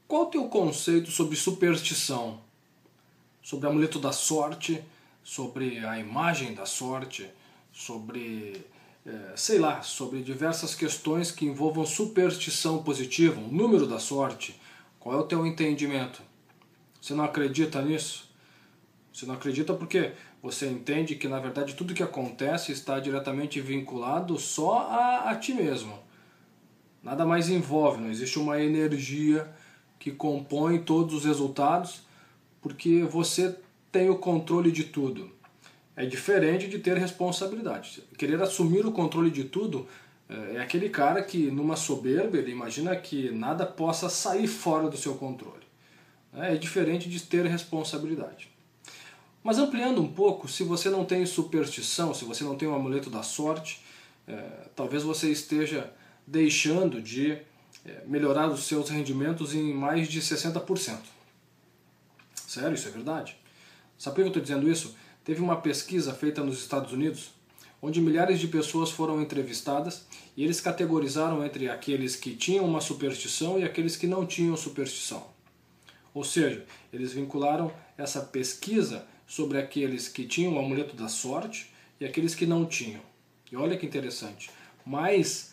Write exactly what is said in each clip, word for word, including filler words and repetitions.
Qual o teu conceito sobre superstição? Sobre amuleto da sorte, sobre a imagem da sorte, sobre, é, sei lá, sobre diversas questões que envolvam superstição positiva, o número da sorte. Qual é o teu entendimento? Você não acredita nisso? Você não acredita porque você entende que na verdade tudo que acontece está diretamente vinculado só a, a ti mesmo. Nada mais envolve, não existe uma energia que compõe todos os resultados, porque você tem o controle de tudo. É diferente de ter responsabilidade. Querer assumir o controle de tudo é aquele cara que, numa soberba, ele imagina que nada possa sair fora do seu controle. É diferente de ter responsabilidade. Mas ampliando um pouco, se você não tem superstição, se você não tem o amuleto da sorte, é, talvez você esteja deixando de é, melhorar os seus rendimentos em mais de sessenta por cento. Sério, isso é verdade. Sabe por que eu estou dizendo isso? Teve uma pesquisa feita nos Estados Unidos, onde milhares de pessoas foram entrevistadas e eles categorizaram entre aqueles que tinham uma superstição e aqueles que não tinham superstição. Ou seja, eles vincularam essa pesquisa sobre aqueles que tinham o amuleto da sorte e aqueles que não tinham. E olha que interessante, mas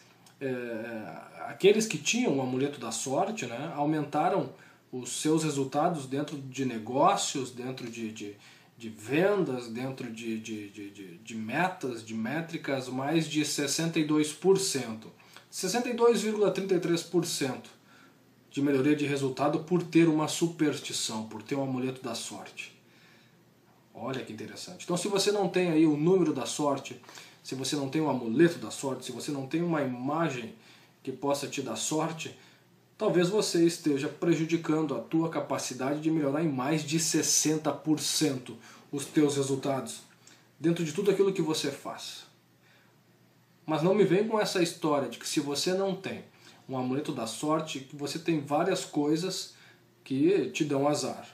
é, aqueles que tinham o amuleto da sorte, né, aumentaram os seus resultados dentro de negócios, dentro de, de, de vendas, dentro de, de, de, de, de metas, de métricas, mais de sessenta e dois por cento. sessenta e dois vírgula trinta e três por cento de melhoria de resultado por ter uma superstição, por ter um amuleto da sorte. Olha que interessante. Então, se você não tem aí o número da sorte, se você não tem o amuleto da sorte, se você não tem uma imagem que possa te dar sorte, talvez você esteja prejudicando a tua capacidade de melhorar em mais de sessenta por cento os teus resultados, dentro de tudo aquilo que você faz. Mas não me vem com essa história de que se você não tem um amuleto da sorte, que você tem várias coisas que te dão azar.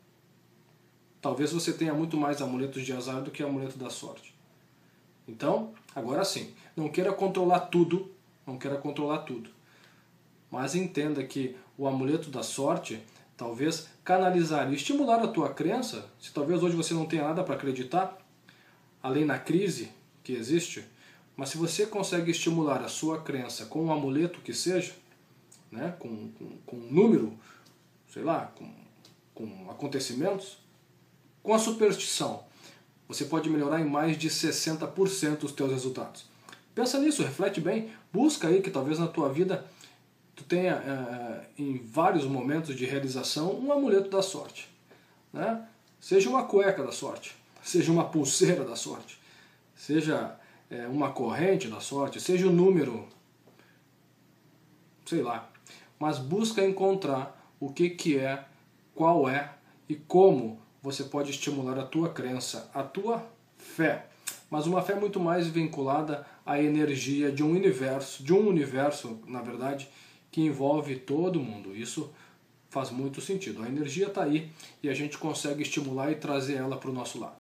Talvez você tenha muito mais amuletos de azar do que amuleto da sorte. Então, agora sim, não queira controlar tudo, não queira controlar tudo. Mas entenda que o amuleto da sorte, talvez canalizar e estimular a tua crença, se talvez hoje você não tenha nada para acreditar, além na crise que existe, mas se você consegue estimular a sua crença com um amuleto que seja, né, com, com, com um número, sei lá, com, com acontecimentos, com a superstição, você pode melhorar em mais de sessenta por cento os teus resultados. Pensa nisso, reflete bem, busca aí que talvez na tua vida tu tenha, é, em vários momentos de realização, um amuleto da sorte. Né? Seja uma cueca da sorte, seja uma pulseira da sorte, seja é, uma corrente da sorte, seja um número, sei lá. Mas busca encontrar o que, que é, qual é e como você pode estimular a tua crença, a tua fé. Mas uma fé muito mais vinculada à energia de um universo, de um universo, na verdade, que envolve todo mundo. Isso faz muito sentido. A energia está aí e a gente consegue estimular e trazer ela para o nosso lado.